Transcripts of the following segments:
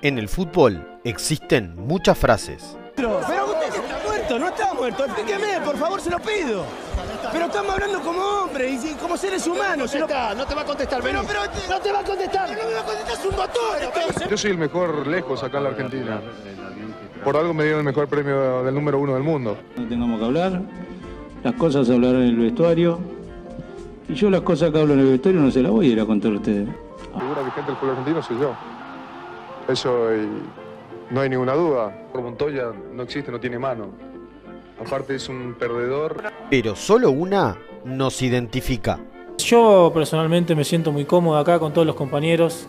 En el fútbol existen muchas frases. Pero usted está muerto, no está muerto. Explíqueme, por favor, se lo pido. Pero estamos hablando como hombres y como seres humanos. No te va a contestar, pero no te va a contestar. No me va a contestar, es un motor. Yo soy el mejor lejos acá en la Argentina. Por algo me dieron el mejor premio del número 1 del mundo. No tengamos que hablar, las cosas se hablarán en el vestuario. Y yo las cosas que hablo en el vestuario no se las voy a ir a contar a ustedes. La figura vigente del fútbol argentino soy yo. Eso no hay ninguna duda. Montoya no existe, no tiene mano. Aparte es un perdedor. Pero solo una nos identifica. Yo personalmente me siento muy cómodo acá con todos los compañeros.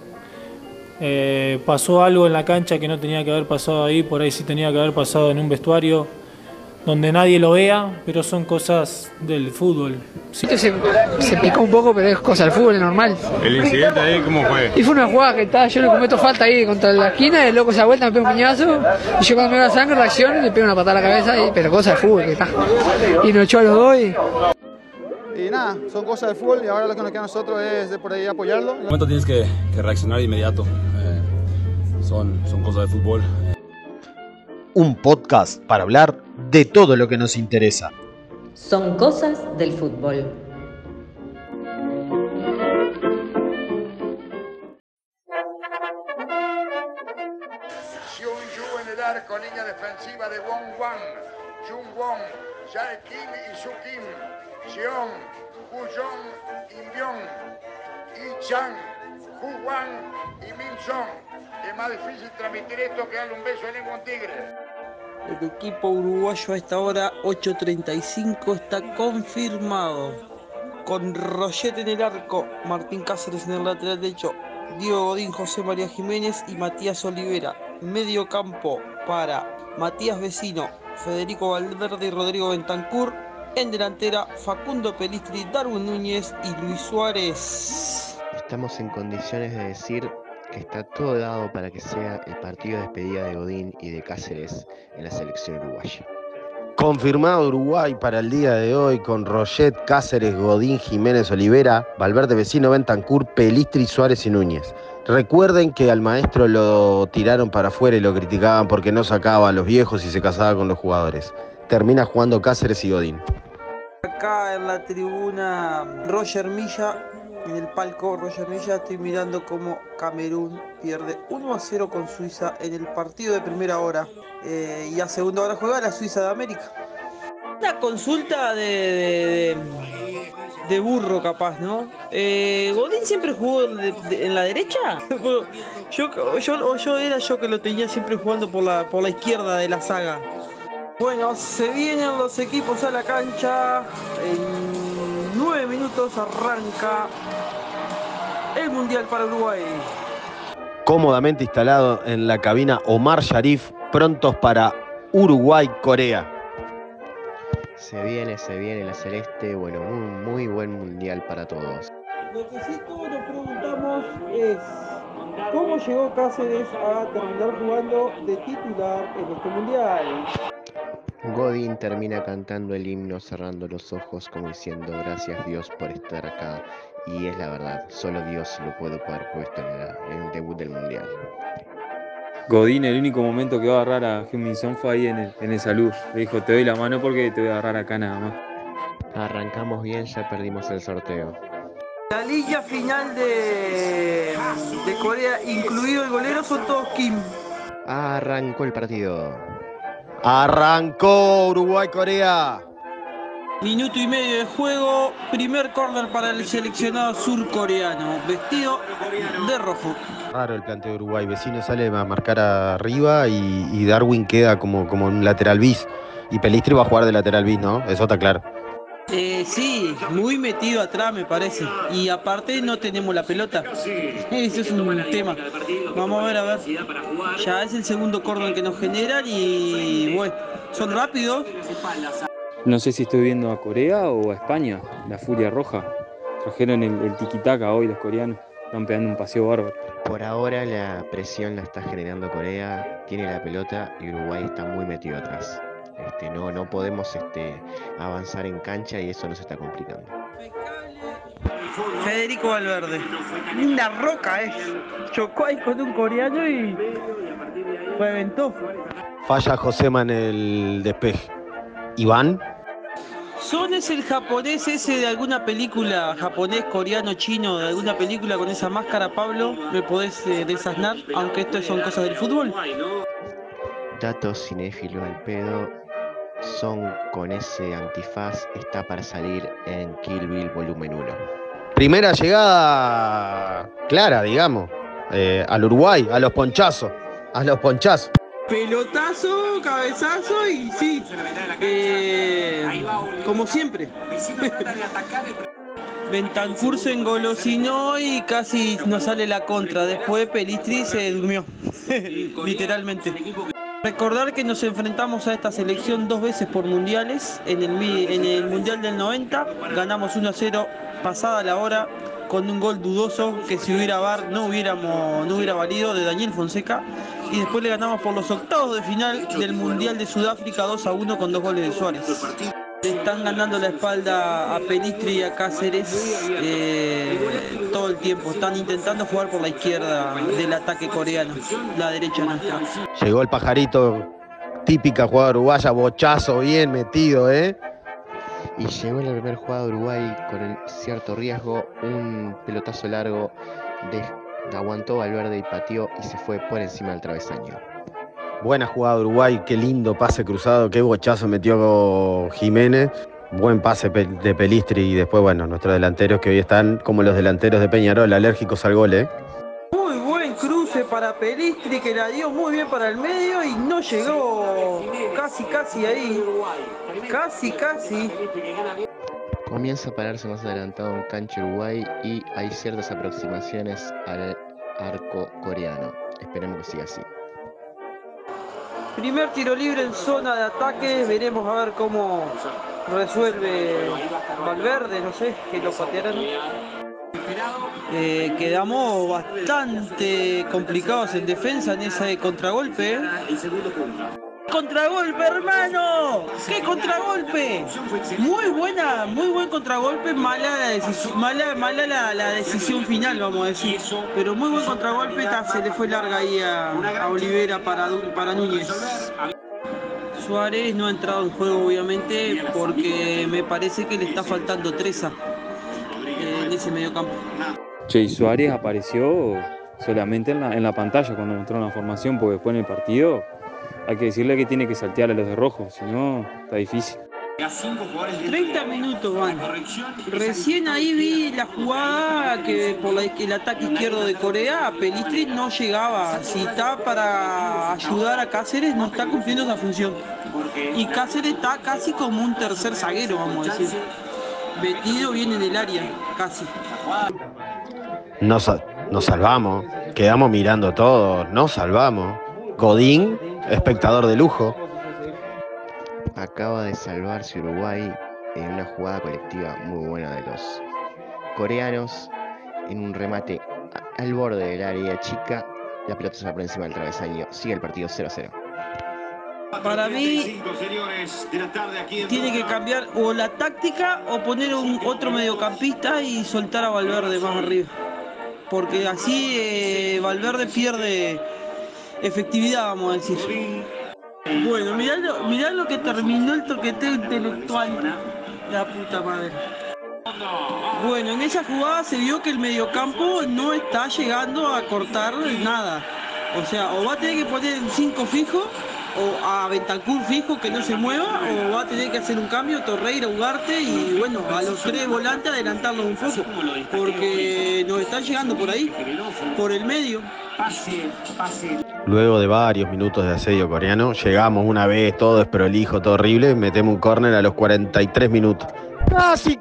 Pasó algo en la cancha que no tenía que haber pasado ahí, por ahí sí tenía que haber pasado en un vestuario donde nadie lo vea, pero son cosas del fútbol. Sí. Se picó un poco, pero es cosa del fútbol, es normal. ¿El incidente ahí cómo fue? Y fue una jugada que estaba, yo le cometo falta ahí contra la esquina, el loco se da vuelta, me pega un piñazo, y yo cuando me da sangre reacciono y le pego una patada a la cabeza, pero cosa del fútbol que está. Y nos echó a los dos y nada, son cosas del fútbol y ahora lo que nos queda a nosotros es de por ahí apoyarlo. En el momento tienes que reaccionar de inmediato. Son cosas de fútbol. Un podcast para hablar de todo lo que nos interesa. Son cosas del fútbol. Xiong-yu en el arco, línea defensiva de Won-wan, Jung-won, Jae-kim y Su-kim, Jeon, Hu-jong, Im-byong, I-chan, Hu-wan y Min-song. Es más difícil transmitir esto que darle un beso de lengua a un tigre. El equipo uruguayo a esta hora, 8:35, está confirmado. Con Roget en el arco, Martín Cáceres en el lateral derecho, Diego Godín, José María Jiménez y Matías Olivera. Medio campo para Matías Vecino, Federico Valverde y Rodrigo Bentancur. En delantera, Facundo Pelistri, Darwin Núñez y Luis Suárez. Estamos en condiciones de decir que está todo dado para que sea el partido de despedida de Godín y de Cáceres en la selección uruguaya. Confirmado Uruguay para el día de hoy con Roget, Cáceres, Godín, Jiménez, Olivera, Valverde, Vecino, Bentancur, Pelistri, Suárez y Núñez. Recuerden que al maestro lo tiraron para afuera y lo criticaban porque no sacaba a los viejos y se casaba con los jugadores. Termina jugando Cáceres y Godín. Acá en la tribuna, Roger Milla. En el palco, Roger Milla, estoy mirando cómo Camerún pierde 1-0 con Suiza en el partido de primera hora. Y a segunda hora juega la Suiza de América. Una consulta de burro capaz, ¿no? ¿Godín siempre jugó en la derecha? yo era yo que lo tenía siempre jugando por la izquierda de la saga. Bueno, se vienen los equipos a la cancha. En 9 minutos arranca el Mundial para Uruguay. Cómodamente instalado en la cabina Omar Sharif, prontos para Uruguay-Corea. Se viene la celeste, bueno, muy buen mundial para todos. Lo que sí todos nos preguntamos es ¿cómo llegó Cáceres a terminar jugando de titular en este mundial? Godín termina cantando el himno cerrando los ojos como diciendo gracias Dios por estar acá. Y es la verdad, solo Dios lo puede haber puesto en el debut del mundial. Godín, el único momento que va a agarrar a Heung-min Son fue ahí en el Salud. Le dijo, te doy la mano porque te voy a agarrar acá nada más. Arrancamos bien, ya perdimos el sorteo. La línea final de Corea, incluido el golero, son todos Kim. Arrancó el partido. Arrancó Uruguay-Corea. Minuto y medio de juego, primer córner para el seleccionado surcoreano, vestido de rojo. Raro el planteo de Uruguay, Vecino sale a marcar arriba y Darwin queda como un lateral bis. Y Pelistri va a jugar de lateral bis, ¿no? Eso está claro. Sí, muy metido atrás me parece. Y aparte no tenemos la pelota. Eso es un tema. Vamos a ver. Ya es el segundo córner que nos generan y bueno, son rápidos. No sé si estoy viendo a Corea o a España, la Furia Roja. Trajeron el tiquitaca hoy los coreanos. Están pegando un paseo bárbaro. Por ahora la presión la está generando Corea, tiene la pelota y Uruguay está muy metido atrás. No podemos avanzar en cancha y eso nos está complicando. Federico Valverde. Una roca es. Chocó ahí con un coreano y reventó. Falla Josema en el despeje. ¿Iván? Son es el japonés ese de alguna película, japonés, coreano, chino, de alguna película con esa máscara, Pablo. ¿Me podés desasnar? Aunque esto son cosas del fútbol. Datos cinéfilo al pedo. Son con ese antifaz está para salir en Kill Bill volumen 1. Primera llegada clara, digamos, al Uruguay, a los ponchazos. Pelotazo, cabezazo y sí, como siempre. Bentancur se engolosinó y casi nos sale la contra. Después Pelistri se durmió, literalmente. Recordar que nos enfrentamos a esta selección 2 veces por mundiales. En el Mundial del 90 ganamos 1-0 pasada la hora con un gol dudoso que si hubiera VAR no hubiera valido, de Daniel Fonseca. Y después le ganamos por los octavos de final del Mundial de Sudáfrica 2-1 con 2 goles de Suárez. Le están ganando la espalda a Pelistri y a Cáceres todo el tiempo. Están intentando jugar por la izquierda del ataque coreano, la derecha nuestra. Llegó el pajarito, típica jugada uruguaya, bochazo bien metido, Y llegó en la primera jugada de Uruguay con cierto riesgo, un pelotazo largo, aguantó Valverde y pateó y se fue por encima del travesaño. Buena jugada de Uruguay, qué lindo pase cruzado, qué bochazo metió Jiménez. Buen pase de Pelistri y después, bueno, nuestros delanteros que hoy están como los delanteros de Peñarol, alérgicos al gol, Muy buen cruce para Pelistri que la dio muy bien para el medio y no llegó casi ahí. Casi. Comienza a pararse más adelantado en cancha Uruguay y hay ciertas aproximaciones al arco coreano. Esperemos que siga así. Primer tiro libre en zona de ataque, veremos a ver cómo resuelve Valverde, no sé, que lo patearon. Quedamos bastante complicados en defensa en ese contragolpe. ¡Contragolpe, hermano! ¡Qué contragolpe! Muy buen contragolpe, mala la decisión final, vamos a decir. Pero muy buen contragolpe, se le fue larga ahí a Olivera para Núñez. Suárez no ha entrado en juego, obviamente, porque me parece que le está faltando Treza en ese mediocampo. Che, y Suárez apareció solamente en la pantalla cuando mostraron la formación, porque después en el partido hay que decirle que tiene que saltear a los de rojo, si no, está difícil. 30 minutos van. Recién ahí vi la jugada que por el ataque izquierdo de Corea, Pelistri no llegaba. Si está para ayudar a Cáceres, no está cumpliendo esa función. Y Cáceres está casi como un tercer zaguero, vamos a decir. Metido bien en el área, casi. Nos salvamos, quedamos mirando todo, nos salvamos. Godín, espectador de lujo. Acaba de salvarse Uruguay en una jugada colectiva muy buena de los coreanos, en un remate al borde del área chica, la pelota se va por encima del travesaño, sigue el partido 0-0. Para mí tiene que cambiar o la táctica o poner otro mediocampista y soltar a Valverde más arriba, porque así Valverde pierde efectividad, vamos a decir. Bueno, mirá lo que terminó el toqueteo intelectual. La puta madre. Bueno, en esa jugada se vio que el mediocampo no está llegando a cortar nada. O sea, o va a tener que poner en 5 fijo, o a Bentancur fijo que no se mueva, o va a tener que hacer un cambio, Torreira, Ugarte, y bueno, a los 3 volantes adelantarlos un poco, porque nos están llegando por ahí, por el medio. Luego de varios minutos de asedio coreano, llegamos una vez, todo desprolijo, todo horrible, metemos un córner a los 43 minutos. ¡Casi!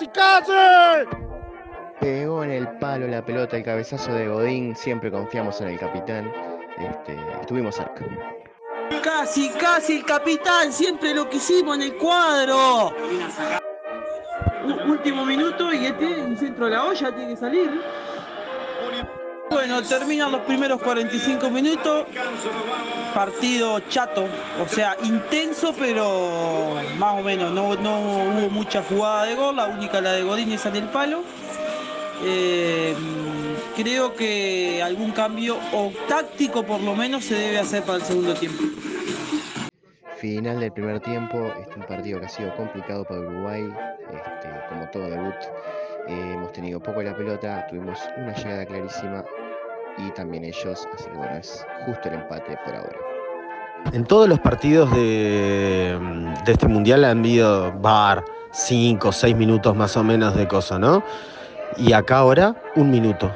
Pegó en el palo la pelota, el cabezazo de Godín, siempre confiamos en el capitán, estuvimos cerca. Casi, el capitán, siempre lo quisimos en el cuadro. Último minuto y en centro de la olla tiene que salir. Bueno, terminan los primeros 45 minutos, partido chato, o sea, intenso, pero más o menos, no hubo mucha jugada de gol, la única la de Godín esa en el palo. Creo que algún cambio o táctico por lo menos se debe hacer para el segundo tiempo. Final del primer tiempo, un partido que ha sido complicado para Uruguay, como todo debut. Hemos tenido poco la pelota, tuvimos una llegada clarísima y también ellos, así que bueno, es justo el empate por ahora. En todos los partidos de este mundial han habido 5 o 6 minutos más o menos de cosa, ¿no? Y acá ahora 1 minuto.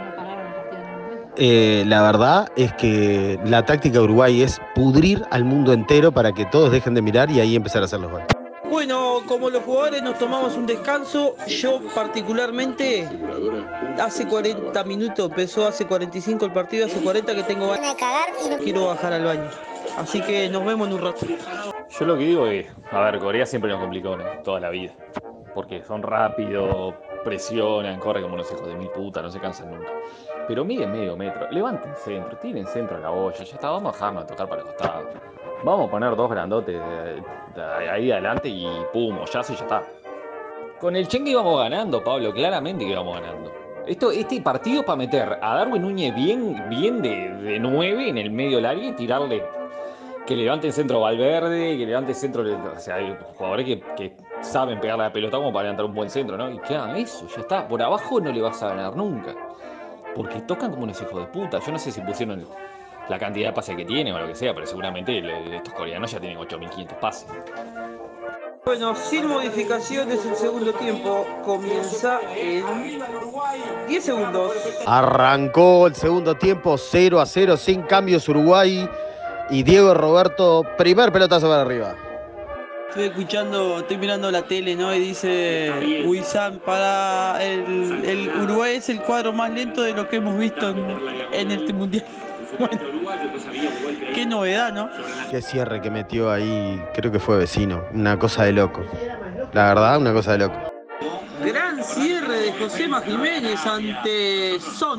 La verdad es que la táctica de Uruguay es pudrir al mundo entero para que todos dejen de mirar y ahí empezar a hacer los goles. Bueno, como los jugadores nos tomamos un descanso, yo particularmente hace 40 minutos, empezó hace 45 el partido, hace 40 que tengo ganas de cagar y no quiero bajar al baño. Así que nos vemos en un rato. Yo lo que digo es, a ver, Corea siempre nos complicó, ¿no? Toda la vida. Porque son rápidos, presionan, corren como unos hijos de mil puta, no se cansan nunca. Pero miden medio metro, levanten centro, tiren centro a la olla, ya está, vamos a dejarnos de tocar para el costado. Vamos a poner 2 grandotes ahí adelante y pum, hoyazo y ya está. Con el Chengue íbamos ganando, Pablo, claramente que íbamos ganando. Este partido es para meter a Darwin Núñez bien de 9 en el medio del área y tirarle, que levante el centro Valverde, que levante el centro, o sea, hay jugadores que saben pegarle la pelota como para levantar un buen centro, ¿no? Y que hagan eso, ya está. Por abajo no le vas a ganar nunca. Porque tocan como unos hijos de puta. Yo no sé si pusieron la cantidad de pases que tienen o lo que sea, pero seguramente estos coreanos ya tienen 8.500 pases. Bueno, sin modificaciones el segundo tiempo comienza en 10 segundos. Arrancó el segundo tiempo 0-0 sin cambios Uruguay y Diego Roberto, primer pelotazo para arriba. Estoy mirando la tele, ¿no? Y dice Huizán, para el Uruguay es el cuadro más lento de lo que hemos visto en este mundial. Bueno, qué novedad, ¿no? Qué cierre que metió ahí, creo que fue Vecino, una cosa de loco. La verdad, una cosa de loco. Gran cierre de Josema Jiménez ante Son.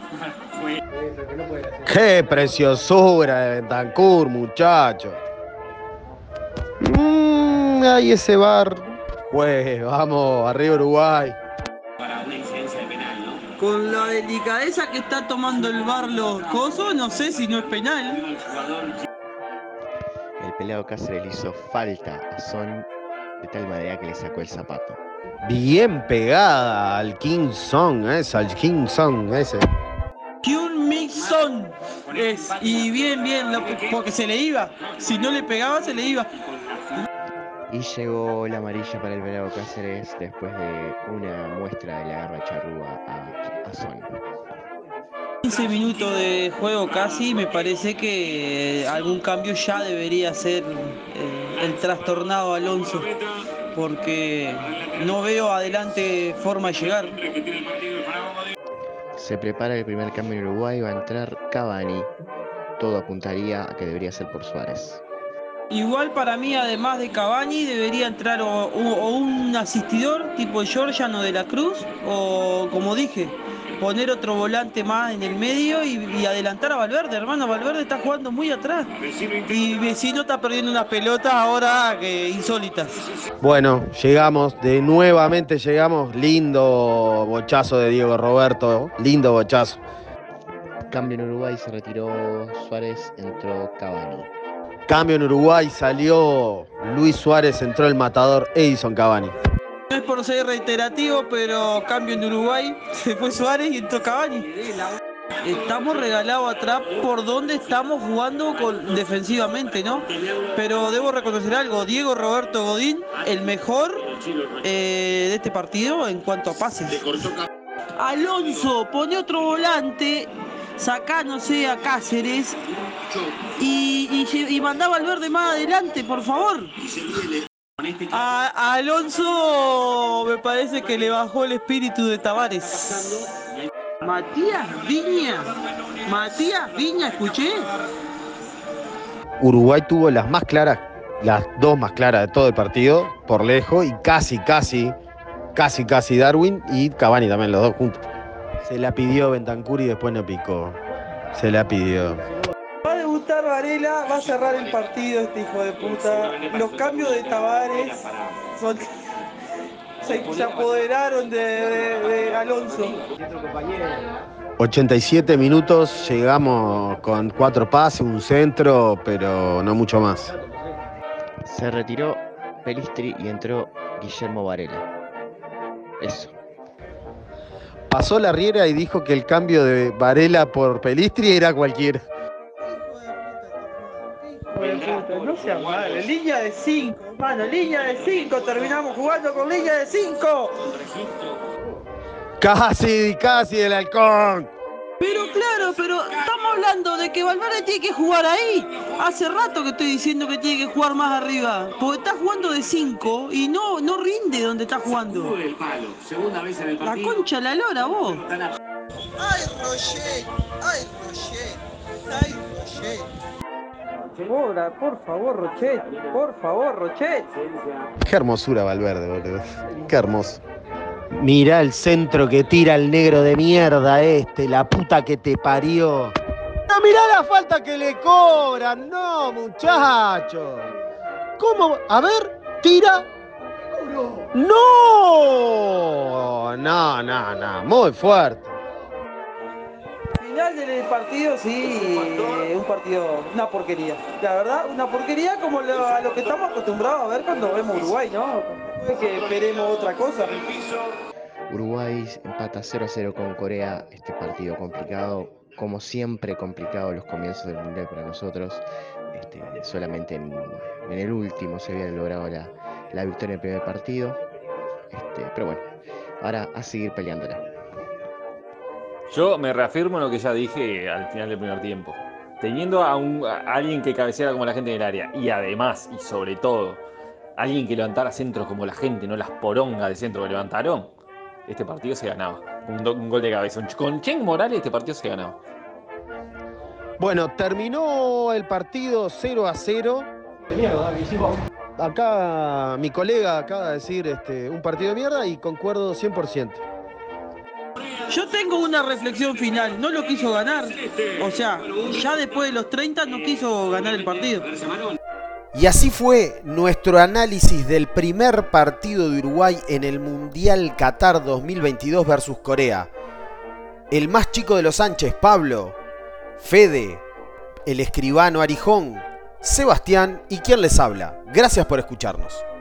Qué preciosura de Bentancur, muchacho. Ahí ese bar. Pues vamos, arriba Uruguay. Con la delicadeza que está tomando el VAR los cosos, no sé si no es penal. El pelado Cáceres le hizo falta a Son de tal manera que le sacó el zapato. Bien pegada al Kim Song, al Kim Song ese. Kyun Mi Son es, y bien, porque se le iba. Si no le pegaba, se le iba. Y llegó la amarilla para el pelado Cáceres después de una muestra de la garra charrúa a Son. 15 minutos de juego casi, me parece que algún cambio ya debería ser el trastornado Alonso, porque no veo adelante forma de llegar. Se prepara el primer cambio en Uruguay, va a entrar Cavani. Todo apuntaría a que debería ser por Suárez. Igual para mí, además de Cavani, debería entrar o un asistidor tipo Georgian o de la Cruz, o como dije, poner otro volante más en el medio y adelantar a Valverde, hermano. Valverde está jugando muy atrás y Vecino está perdiendo unas pelotas ahora insólitas. Bueno, nuevamente llegamos, lindo bochazo de Diego Roberto, lindo bochazo. Cambio en Uruguay, se retiró Suárez, entró Cavani. Cambio en Uruguay, salió Luis Suárez, entró el matador Edison Cavani. No es por ser reiterativo, pero cambio en Uruguay, se fue Suárez y entró Cavani. Estamos regalados atrás por donde estamos jugando defensivamente, ¿no? Pero debo reconocer algo, Diego Roberto Godín, el mejor de este partido en cuanto a pases. Alonso, pone otro volante, sacá, no sé, a Cáceres y mandaba al Valverde más adelante, por favor. A Alonso me parece que le bajó el espíritu de Tavares. Matías Viña, escuché. Uruguay tuvo las dos más claras de todo el partido, por lejos, y casi Darwin y Cavani también, los dos juntos. Se la pidió Bentancur y después no picó. Se la pidió. Va a debutar Varela, va a cerrar el partido este hijo de puta. Los cambios de Tavares se apoderaron de Alonso. 87 minutos, llegamos con 4 pases, un centro, pero no mucho más. Se retiró Pelistri y entró Guillermo Varela. Eso. Pasó la Riera y dijo que el cambio de Varela por Pelistri era cualquiera. No sea malo, línea de 5, hermano, línea de 5, terminamos jugando con línea de 5. Casi el halcón. Pero claro, estamos hablando de que Valverde tiene que jugar ahí. Hace rato que estoy diciendo que tiene que jugar más arriba, porque está jugando de 5 y no rinde donde está jugando. La concha de la lora, vos. ¡Ay, Roger! ¡Ay, Roger! ¡Ay, Roger! Por favor, Rochet. Por favor, Rochet. Qué hermosura Valverde, boludo. Qué hermoso. Mirá el centro que tira el negro de mierda la puta que te parió. No, mirá la falta que le cobran. No, muchachos. ¿Cómo? A ver, tira. ¡No! No. Muy fuerte. Final del partido, sí, un partido, una porquería. La verdad, una porquería como a lo que estamos acostumbrados a ver cuando vemos Uruguay, ¿no? No es que esperemos otra cosa. Uruguay empata 0-0 con Corea, este partido complicado, como siempre complicado los comienzos del Mundial para nosotros. Solamente en el último se había logrado la victoria en el primer partido. Pero bueno, ahora a seguir peleándola. Yo me reafirmo en lo que ya dije al final del primer tiempo. Teniendo a alguien que cabeceara como la gente en el área y además, y sobre todo, alguien que levantara centros como la gente, no las porongas de centro que levantaron, este partido se ganaba. Un gol de cabeza. Con Cheng Morales este partido se ganaba. Bueno, terminó el partido 0-0. Acá mi colega acaba de decir un partido de mierda y concuerdo 100%. Yo tengo una reflexión final, no lo quiso ganar, o sea, ya después de los 30 no quiso ganar el partido. Y así fue nuestro análisis del primer partido de Uruguay en el Mundial Qatar 2022 versus Corea. El más chico de los Sánchez, Pablo, Fede, el escribano Arijón, Sebastián y quien les habla. Gracias por escucharnos.